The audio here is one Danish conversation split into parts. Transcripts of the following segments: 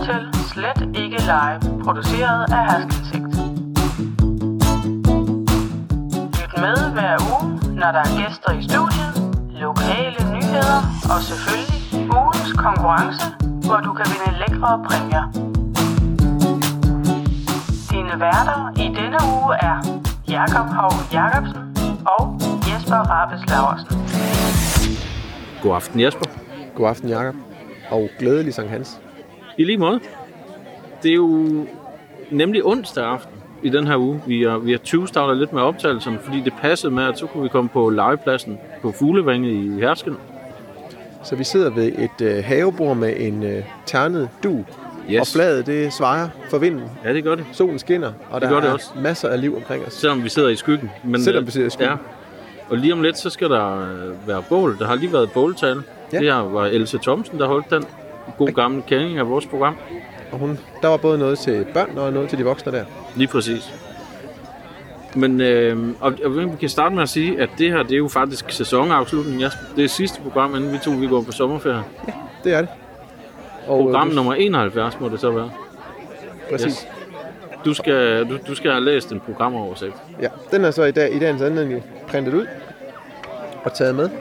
Hotel, slet ikke live, produceret af Haskensigt. Lyt med hver uge, når der er gæster i studiet, lokale nyheder og selvfølgelig ugens konkurrence, hvor du kan vinde lækre præmier. Dine værter i denne uge er Jakob Hov Jacobsen og Jesper Rabes Laursen. God aften, Jesper. God aften, Jakob. Og glædelig Sankt Hans. I lige måde. Det er jo nemlig onsdag aften i den her uge. Vi har 20-startet lidt med optagelserne, fordi det passede med, at så kunne vi komme på legepladsen på Fuglevænget i Hersken. Så vi sidder ved et havebord med en ternet dug. Yes. Og flaget, det svejer for vinden. Ja, det gør det. Solen skinner, og der er også masser af liv omkring os. Selvom vi sidder i skyggen. Men, Selvom vi sidder i skyggen. Ja. Og lige om lidt, så skal der være bål. Der har lige været båltale. Ja. Det her var Else Thomsen, der holdt den. God gammel kending af vores program. Og der var både noget til børn og noget til de voksne der. Lige præcis. Men og vi kan starte med at sige, at det her, det er jo faktisk sæsonafslutning. Det er sidste program, inden vi går på sommerferie. Ja, det er det. Og program nummer 71 må det så være. Præcis. Yes. Du skal have læst en programoversigt. Ja, den er så i dagens anledning printet ud og taget med.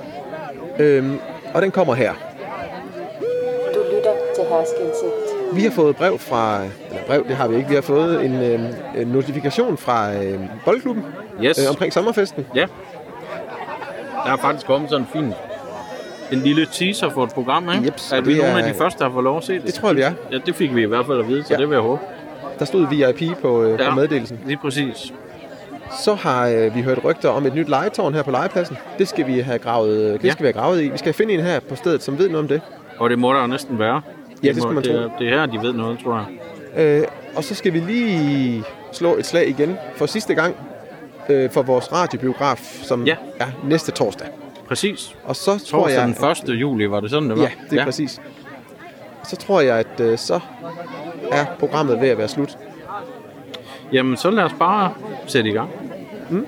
Og den kommer her. Du lytter til Herskindsigt. Vi har fået brev det har vi ikke. Vi har fået en notifikation fra boldklubben omkring sommerfesten. Ja. Der er faktisk kommet sådan en lille teaser for et program, ikke? Jeps, er vi nogle af de første, der har fået lov at se det? Det tror jeg, vi er. Ja, det fik vi i hvert fald at vide, så det vil jeg håbe. Der stod VIP på meddelelsen. Lige præcis. Så har vi hørt rygter om et nyt legetårn her på legepladsen. Det skal vi have gravet, skal vi have gravet i. Vi skal finde en her på stedet, som ved noget om det. Og det må der jo næsten være. Ja, det skal man tro. Det er her, de ved noget, tror jeg. Og så skal vi lige slå et slag igen for sidste gang for vores radiobiograf, som er næste torsdag. Præcis. Og så tror jeg, den 1. juli, var det sådan, det var? Ja, det er præcis. Så tror jeg, at så er programmet ved at være slut. Jamen, så lad os bare sætte i gang. Mm.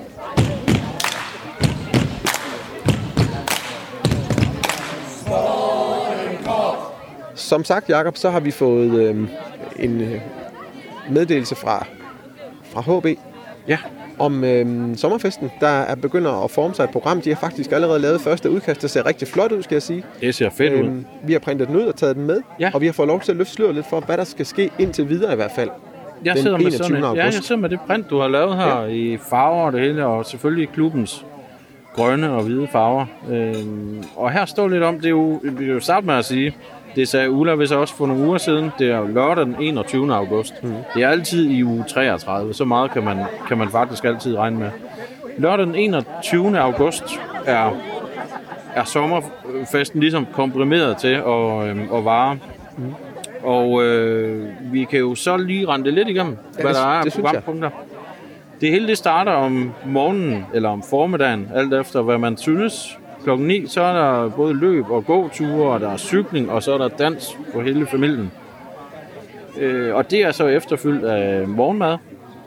Som sagt, Jakob, så har vi fået en meddelelse fra HB om sommerfesten. Der er begynder at forme sig et program. De har faktisk allerede lavet første udkast. Det ser rigtig flot ud, skal jeg sige. Det ser fedt ud. Vi har printet den ud og taget den med, og vi har fået lov til at løfte sløret lidt for, hvad der skal ske indtil videre i hvert fald. Jeg sidder med det print, du har lavet her i farver og det hele, og selvfølgelig klubbens grønne og hvide farver. Og her står lidt om, det er jo, vi vil jo starte med at sige, det sagde Ulla vist også for nogle uger siden, det er lørdag den 21. august. Det er altid i uge 33, så meget kan man faktisk altid regne med. Lørdag den 21. august er sommerfesten ligesom komprimeret til at vare. Og vi kan jo så lige rende lidt igennem, hvad der er af programpunkter. Det hele det starter om morgenen eller om formiddagen, alt efter hvad man synes. Klokken 9, så er der både løb og gåture, og der er cykling, og så er der dans for hele familien. Og det er så efterfyldt af morgenmad.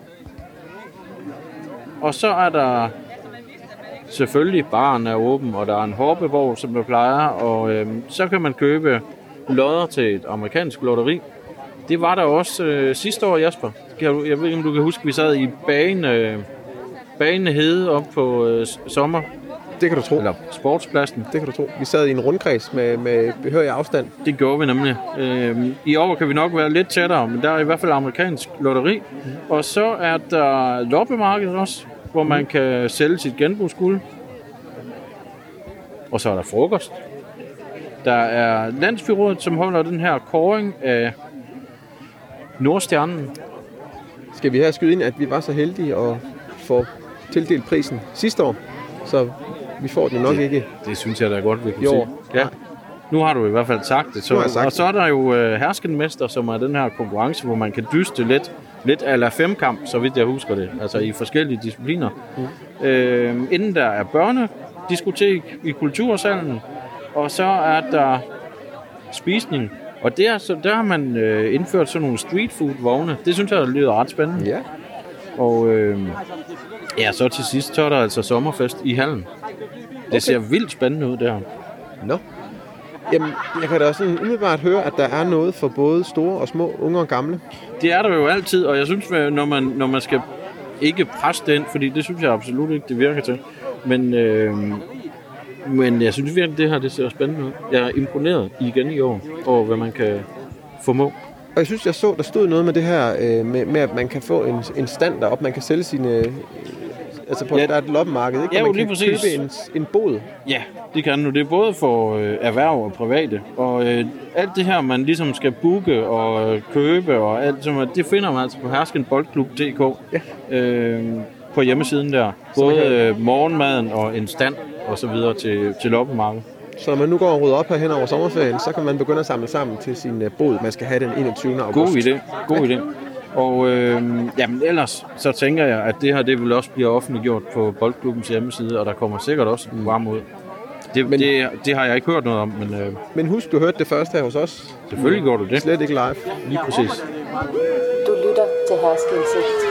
Og så er der selvfølgelig baren er åben, og der er en hoppevogn, som der plejer, og så kan man købe lodder til et amerikansk lotteri. Det var der også sidste år, Jasper. Jeg ved ikke, om du kan huske, vi sad i Bane Hede op på sommer. Det kan du tro. Eller sportspladsen. Det kan du tro. Vi sad i en rundkreds med behørig afstand. Det gjorde vi nemlig. I år kan vi nok være lidt tættere, men der er i hvert fald amerikansk lotteri. Og så er der loppemarkedet også, hvor man kan sælge sit genbrugsguld. Og så er der frokost. Der er Landsbyrådet, som holder den her kåring af Nordstjernen. Skal vi her skyde ind, at vi var så heldige at få tildelt prisen sidste år? Så vi får den nok ikke. Det synes jeg da godt, vi kunne sige. Ja. Nu har du i hvert fald sagt det. Og så er der jo Herskenmester, som er den her konkurrence, hvor man kan dyste lidt a la femkamp, så vidt jeg husker det. Altså i forskellige discipliner. Inden der er børnediskotek i kultursalen, og så er der spisning. Og der har man indført sådan nogle street food vogne. Det synes jeg lyder ret spændende. Ja. Og så til sidst, så er der altså sommerfest i hallen. Det ser vildt spændende ud der. Nå. Jamen, jeg kan da også sådan umiddelbart høre, at der er noget for både store og små, unge og gamle. Det er der jo altid, og jeg synes, når man skal ikke presse den, fordi det synes jeg absolut ikke, det virker til. Men jeg synes virkelig, det her det ser spændende ud. Jeg er imponeret igen i år over, hvad man kan formå. Og jeg synes, der stod noget med det her, med at man kan få en stand deroppe, man kan sælge sine... Altså der er et loppemarked, ikke? Ja, man kan præcis. købe en bod. Ja, det kan nu. Det er både for erhverv og private. Og alt det her, man ligesom skal booke og købe og alt sådan, det finder man altså på herskenboldklub.dk. Ja. På hjemmesiden der. Både morgenmaden og en stand og så videre til loppemarkedet. Så når man nu går og rydder op her hen over sommerferien, så kan man begynde at samle sammen til sin bod, man skal have den 21. august. God idé. Og jamen ellers så tænker jeg, at det her det vil også blive offentliggjort på Boldklubbens hjemmeside, og der kommer sikkert også et program ud. Det har jeg ikke hørt noget om, men... Men husk, du hørte det først her hos os. Selvfølgelig går du det. Slet ikke live. Lige præcis. Du lytter til Herskeindsigt.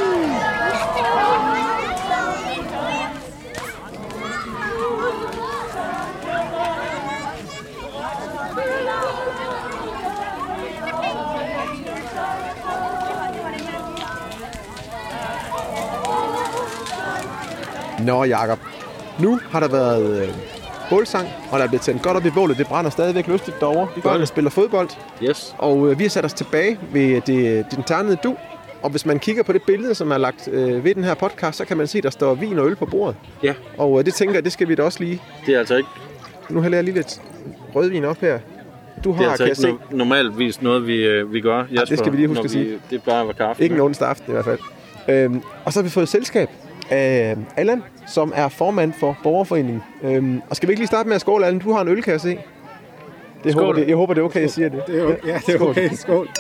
Nå, Jacob. Nu har der været bålsang, og der er blevet tændt godt op i bålet. Det brænder stadigvæk lystigt derovre. Børnene spiller fodbold. Yes. Og vi har sat os tilbage ved den ternede du. Og hvis man kigger på det billede, som er lagt ved den her podcast, så kan man se, at der står vin og øl på bordet. Ja. Og det tænker jeg, det skal vi da også lige. Det er altså ikke... Nu hælder jeg lige lidt rødvin op her. Du har, det er altså ikke normalvis noget, vi gør. Jesper, det skal vi lige huske at sige. Det plejer at være kaffe. Ikke en onsdag aften i hvert fald. Og så har vi fået selskab af Allan, som er formand for Borgerforeningen. Og skal vi ikke lige starte med at skåle, Allan? Du har en øl, kan jeg se. Jeg håber, det er okay, jeg siger det. Det er okay. Skål.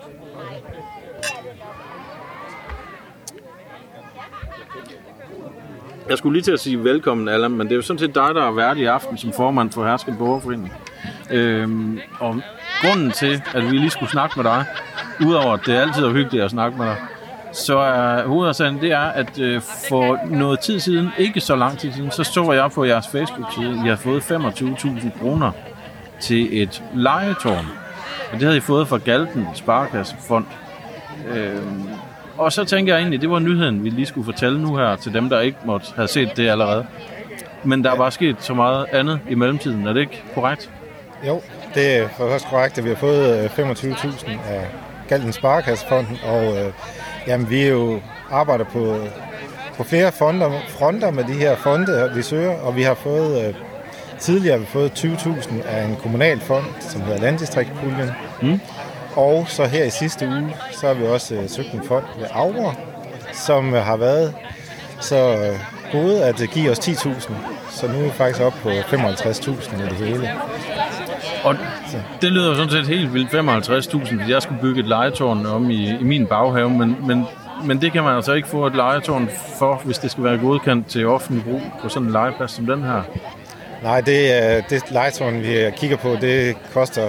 Jeg skulle lige til at sige velkommen, Allan, men det er jo sådan set dig, der er vært i aften som formand for Hersken Borgerforening. Og grunden til, at vi lige skulle snakke med dig, udover at det altid er hyggeligt at snakke med dig, så er hovedårsagen, det er, at for noget tid siden, ikke så lang tid siden, så jeg på jeres Facebook-side, I har fået 25.000 kroner til et legetårn. Og det havde I fået fra Galten Sparekassefond. Og så tænker jeg egentlig, det var nyheden, vi lige skulle fortælle nu her til dem, der ikke måtte have set det allerede. Men der er bare sket så meget andet i mellemtiden, er det ikke korrekt? Jo, det er også korrekt, at vi har fået 25.000 af Galten Sparekassefonden, og jamen, vi jo arbejder på flere fronter med de her fonde, vi søger, og vi har fået tidligere 20.000 af en kommunal fond, som hedder Landdistriktspuljen. Og så her i sidste uge, så har vi også søgt en fond ved Aura, som har været så gode at give os 10.000. Så nu er vi faktisk oppe på 55.000 i det hele. Og det lyder jo sådan set helt vildt, 55.000, fordi jeg skulle bygge et legetårn om i min baghave, men det kan man altså ikke få et legetårn for, hvis det skal være godkendt til offentlig brug på sådan en legeplads som den her. Nej, det legetårn, vi kigger på, det koster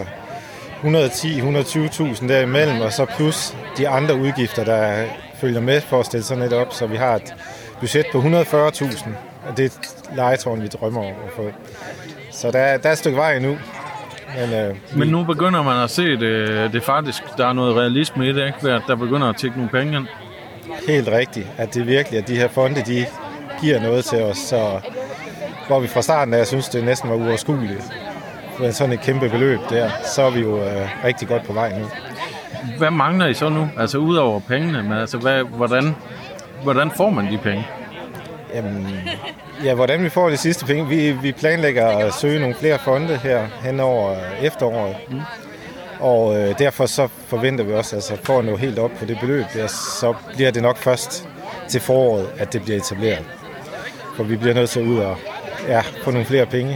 110-120.000 derimellem, og så plus de andre udgifter, der følger med for at stille sådan et op. Så vi har et budget på 140.000, og det er et legetårn, vi drømmer om at få. Så der er et stykke vej endnu. Men nu begynder man at se, det faktisk, der er noget realisme i det, ikke? Ved at der begynder at tække nogle penge ind. Helt rigtigt, at det virkelig, at de her fonde, de giver noget til os, så hvor vi fra starten af, jeg synes, det næsten var uoverskueligt. For sådan et kæmpe beløb der, så er vi jo rigtig godt på vej nu. Hvad mangler I så nu? Altså ud over pengene, men altså hvordan får man de penge? Jamen, ja, hvordan vi får de sidste penge? Vi planlægger at søge nogle flere fonde her hen over efteråret. Og derfor så forventer vi også, altså for at nå helt op på det beløb, der, så bliver det nok først til foråret, at det bliver etableret. For vi bliver nødt til at ud og få nogle flere penge.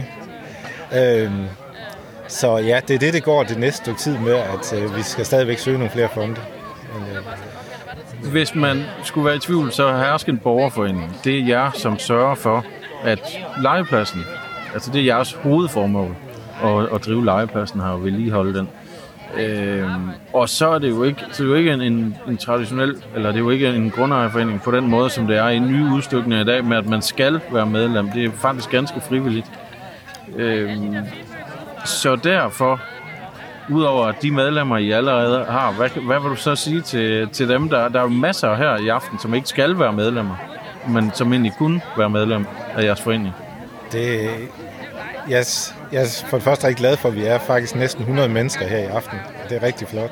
Så ja, det er det går det næste stykke tid med, at vi skal stadigvæk søge nogle flere fonde. Hvis man skulle være i tvivl, så er Hersken Borgerforening, det er jer, som sørger for, at legepladsen, altså det er jeres hovedformål at drive legepladsen her og vedligeholde den. Og så er det jo ikke, en traditionel, eller det er jo ikke en grundejerforening på den måde, som det er i nye udstykninger i dag, med at man skal være medlem. Det er faktisk ganske frivilligt. Så derfor, udover de medlemmer, I allerede har, hvad vil du så sige til dem, der er jo masser her i aften, som ikke skal være medlemmer, men som egentlig kunne være medlem af jeres forening? Jeg er for det første rigtig glad for, at vi er faktisk næsten 100 mennesker her i aften. Det er rigtig flot.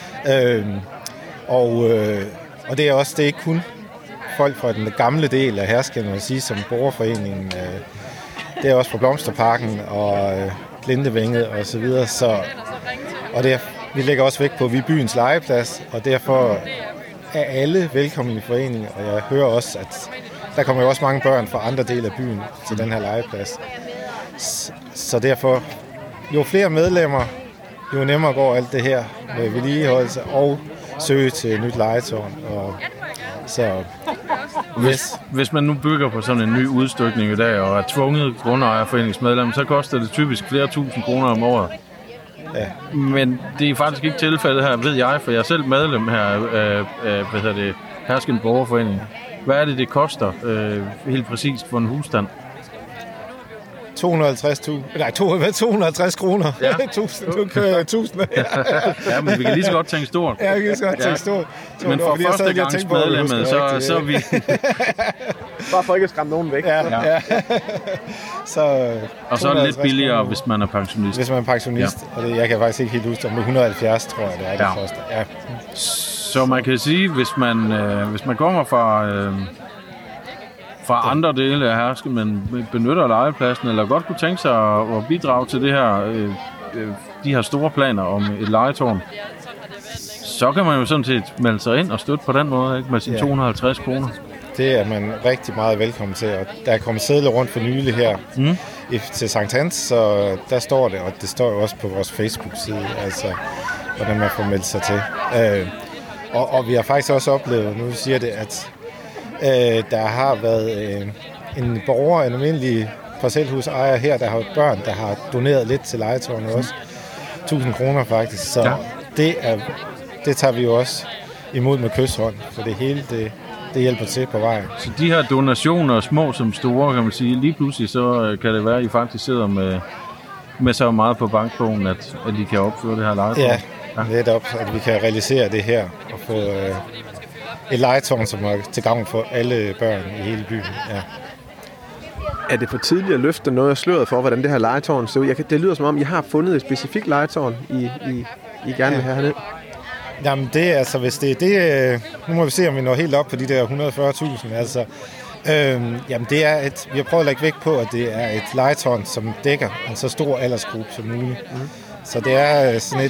Og det er også, det er ikke kun folk fra den gamle del af Herskind, som borgerforeningen. Det er også fra Blomsterparken og Glindevænget og så videre. Og vi lægger også vægt på, at vi er byens legeplads, og derfor er alle velkommen i foreningen. Og jeg hører også, at der kommer jo også mange børn fra andre dele af byen til den her legeplads. Så derfor, jo flere medlemmer, jo nemmere går alt det her med vedligeholdelse og søge til nyt legetårn. Hvis man nu bygger på sådan en ny udstykning i dag og er tvunget grundejerforeningsmedlem, så koster det typisk flere tusind kroner om året. Ja. Men det er faktisk ikke tilfældet her, ved jeg, for jeg er selv medlem her af Herskind Borgerforening. Hvad er det koster helt præcist for en husstand? 250 kroner. Ja. 1000. Ja, men vi kan lige så godt tænke stort. Ja, vi kan lige så godt tænke stort. Men for første gangs medlemmet, så er vi... Bare for ikke at skræmme nogen væk. Ja. Og så er det lidt billigere, hvis man er pensionist. Hvis man er pensionist, og det, jeg kan faktisk ikke helt huske, om det er 170, tror jeg, det er det første. Ja. Så man kan sige, hvis man kommer fra andre dele af Herskind, men benytter legepladsen, eller godt kunne tænke sig at bidrage til det her, de her store planer om et legetårn, så kan man jo sådan set melde sig ind og støtte på den måde, ikke? Med sine 250 kroner. Det er man rigtig meget velkommen til, og der er kommet sedler rundt for nylig her til Sankt Hans, så der står det, og det står jo også på vores Facebook-side, altså hvordan man får meldt sig til. Og vi har faktisk også oplevet, nu siger det, at der har været en borger, en almindelig parcelhusejer her, der har børn, der har doneret lidt til legetårnet også. 1000 kroner faktisk, så det tager vi jo også imod med kyshånd, for det hele det hjælper til på vejen. Så de her donationer, små som store, kan man sige, lige pludselig så kan det være, at I faktisk sidder med så meget på bankbogen, at I kan opføre det her legetårn. Ja, netop, at vi kan realisere det her og få et legetårn, som er til gavn for alle børn i hele byen. Ja. Er det for tidligt at løfte noget af sløret for, hvordan det her legetårn ser ud? Det lyder som om, I har fundet et specifikt legetårn, I gerne vil have herned. Jamen det er altså, hvis det er det... Nu må vi se, om vi når helt op på de der 140.000. Altså, jamen det er vi har prøvet at lægge vægt på, at det er et legetårn, som dækker en så stor aldersgruppe som muligt. Så det er sådan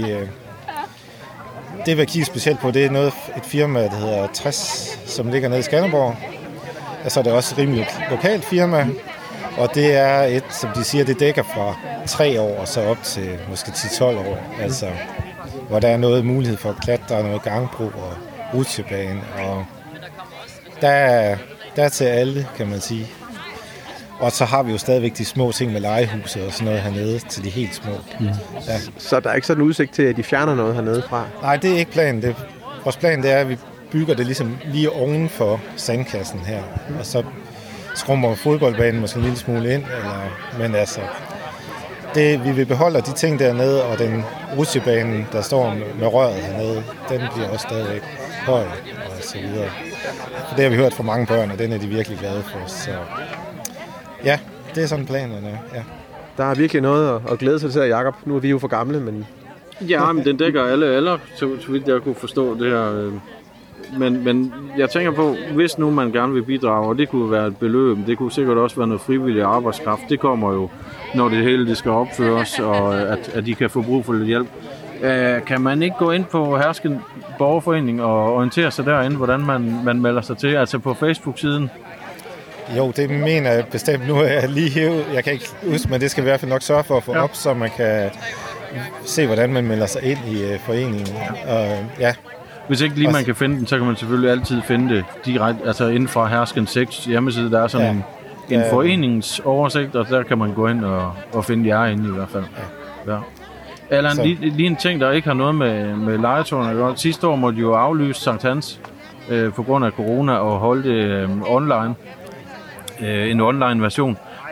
det vil kigge specielt på, det er et firma, der hedder 60, som ligger nede i Skanderborg. Og så er det også et rimeligt lokalt firma. Og det er som de siger, det dækker fra 3 år og så op til måske 10-12 år. Altså, hvor der er noget mulighed for at klatre, noget gangbro og rutsjebane. Og der er til alle, kan man sige. Og så har vi jo stadigvæk de små ting med legehuset og sådan noget hernede til de helt små. Ja. Så der er ikke sådan en udsigt til, at de fjerner noget hernede fra? Nej, det er ikke planen. Vores plan det er, at vi bygger det ligesom lige oven for sandkassen her. Og så skrummer fodboldbanen måske en lille smule ind. Men altså, vi vil beholde de ting dernede, og den rutsjebane, der står med røret hernede, den bliver også stadigvæk høj og så videre. For det har vi hørt fra mange børn, og den er de virkelig glade for. Så ja, det er sådan planerne, ja. Der er virkelig noget at glæde sig til, Jakob. Nu er vi jo for gamle, men... Ja, men den dækker alle, så vidt jeg kunne forstå det her. Men jeg tænker på, hvis nu man gerne vil bidrage, og det kunne være et beløb, det kunne sikkert også være noget frivillig arbejdskraft. Det kommer jo, når det hele det skal opføres, og at de kan få brug for lidt hjælp. Kan man ikke gå ind på Herskind Borgerforening og orientere sig derinde, hvordan man melder sig til, altså på Facebook-siden? Jo, det mener jeg bestemt. Nu er jeg lige hævet. Jeg kan ikke huske, men det skal vi i hvert fald nok sørge for at få op, så man kan se, hvordan man melder sig ind i foreningen. Ja. Hvis ikke lige man kan finde den, så kan man selvfølgelig altid finde det direkte, altså inden fra Herskind 6 hjemmeside. Der er sådan en foreningsoversigt, og der kan man gå ind og finde jer inde i hvert fald. Ja. Allan, lige en ting, der ikke har noget med legetårnet. Sidste år måtte jo aflyse Sankt Hans på grund af corona og holde det online. En online version.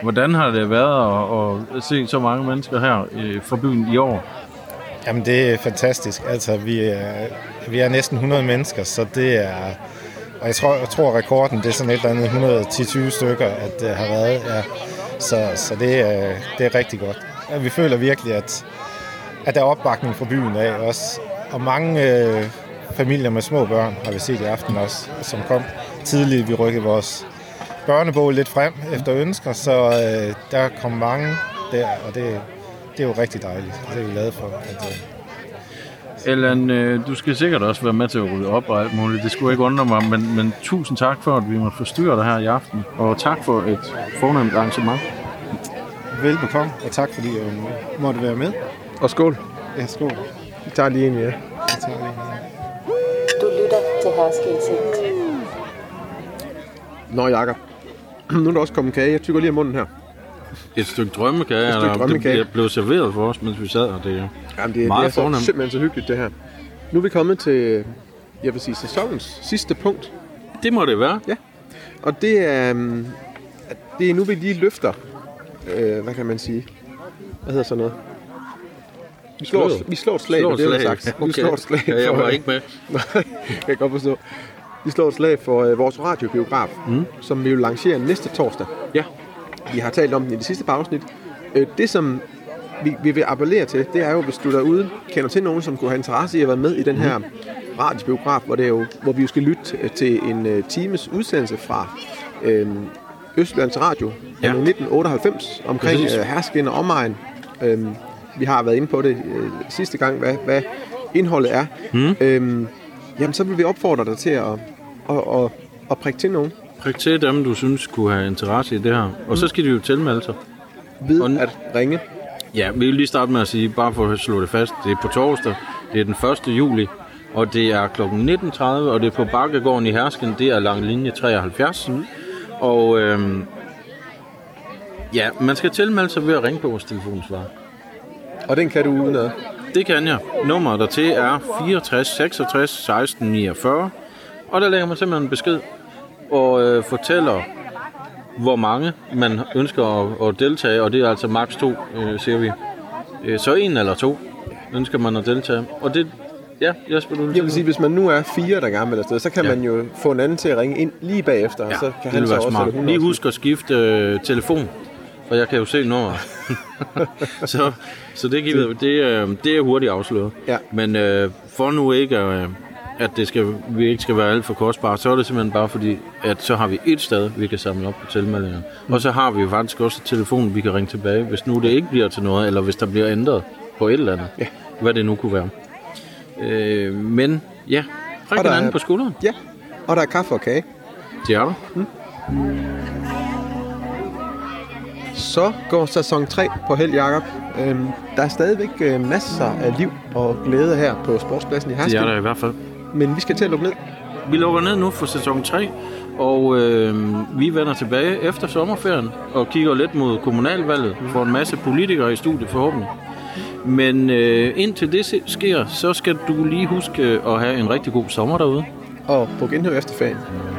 Hvordan har det været at se så mange mennesker her fra byen i år? Jamen, det er fantastisk. Altså, vi er næsten 100 mennesker, så det er... Og jeg tror rekorden, det er sådan et eller andet 110-20 stykker, at det har været. Ja. Så det er rigtig godt. Ja, vi føler virkelig, at der er opbakning fra byen af også. Og mange familier med små børn har vi set i aften også, som kom tidligt. Vi rykkede vores børnebog lidt frem efter ønsker, så der kom mange der, og det er jo rigtig dejligt. Det er vi glade for. Ellen, du skal sikkert også være med til at rydde op og alt muligt. Det skulle ikke undre mig, men tusind tak for, at vi måtte forstyrre dig her i aften. Og tak for et fornemt arrangement. Velbekomme, og tak fordi jeg måtte være med. Og skål. Ja, skål. Vi tager lige en, ja. Du lytter til Herskindsigt. Nå, Jakob. Nu er der også kommet kage. Jeg tykker lige af munden her. Et stykke drømmekage, der blev serveret for os, mens vi sad her. Det er meget fornemt. Det er simpelthen så hyggeligt, det her. Nu er vi kommet til, jeg vil sige, sæsonens sidste punkt. Det må det være. Ja. Og det er nu, vi lige løfter, hvad kan man sige? Hvad hedder sådan noget? Vi slår et slag, det er det, sagt. Okay. Vi slår et slag. Ja, jeg var ikke med. Nej, kan jeg godt forstå. Vi slår et slag for vores radiobiograf, som vi vil lancere næste torsdag. Ja. Vi har talt om den i det sidste par afsnit. Det, som vi vil appellere til, det er jo, hvis du derude kender til nogen, som kunne have interesse i at være med i den her radiobiograf, hvor vi jo skal lytte til en times udsendelse fra Østjyllands Radio 1998 omkring Herskind og omegn. Vi har været inde på det sidste gang, hvad indholdet er. Jamen, så vil vi opfordre dig til at prikke til nogen. Prik til dem, du synes kunne have interesse i det her. Og så skal de jo tilmelde sig. Ved at ringe. Ja, vi vil lige starte med at sige, bare for at slå det fast, det er på torsdag, det er den 1. juli, og det er kl. 19.30, og det er på Bakkegården i Herskind, det er lang linje 73. Og man skal tilmelde sig ved at ringe på vores telefonsvar. Og den kan du udenad? Det kan jeg. Nummeret dertil er 64 66 16 49, og der lægger man simpelthen besked og fortæller, hvor mange man ønsker at deltage, og det er altså maks 2, siger vi. Så 1 eller 2 ønsker man at deltage. Og det, Jesper, du jeg vil sige, hvis man nu er 4, der gerne vil afsted, så kan man jo få en anden til at ringe ind lige bagefter, og så kan han så også sætte 100. Lige husk at skifte telefon, for jeg kan jo se nummeret. så det er hurtigt afsløret. Ja. Men for nu ikke at vi ikke skal være alt for kostbare, så er det simpelthen bare fordi, at så har vi et sted, vi kan samle op på tilmeldinger. Og så har vi jo faktisk også et telefon, vi kan ringe tilbage, hvis nu det ikke bliver til noget, eller hvis der bliver ændret på et eller andet. Ja. Hvad det nu kunne være. Men ja, prik hinanden på skulderen. Ja, og der er kaffe og kage. Det er der. Så går sæson 3 på held, Jakob. Der er stadigvæk masser af liv og glæde her på sportspladsen i Herskind. Det er der i hvert fald. Men vi skal til at lukke ned. Vi lukker ned nu for sæson 3, og vi vender tilbage efter sommerferien og kigger lidt mod kommunalvalget. Vi får en masse politikere i studiet forhåbentlig. Men indtil det sker, så skal du lige huske at have en rigtig god sommer derude. Og på genhør efter ferien.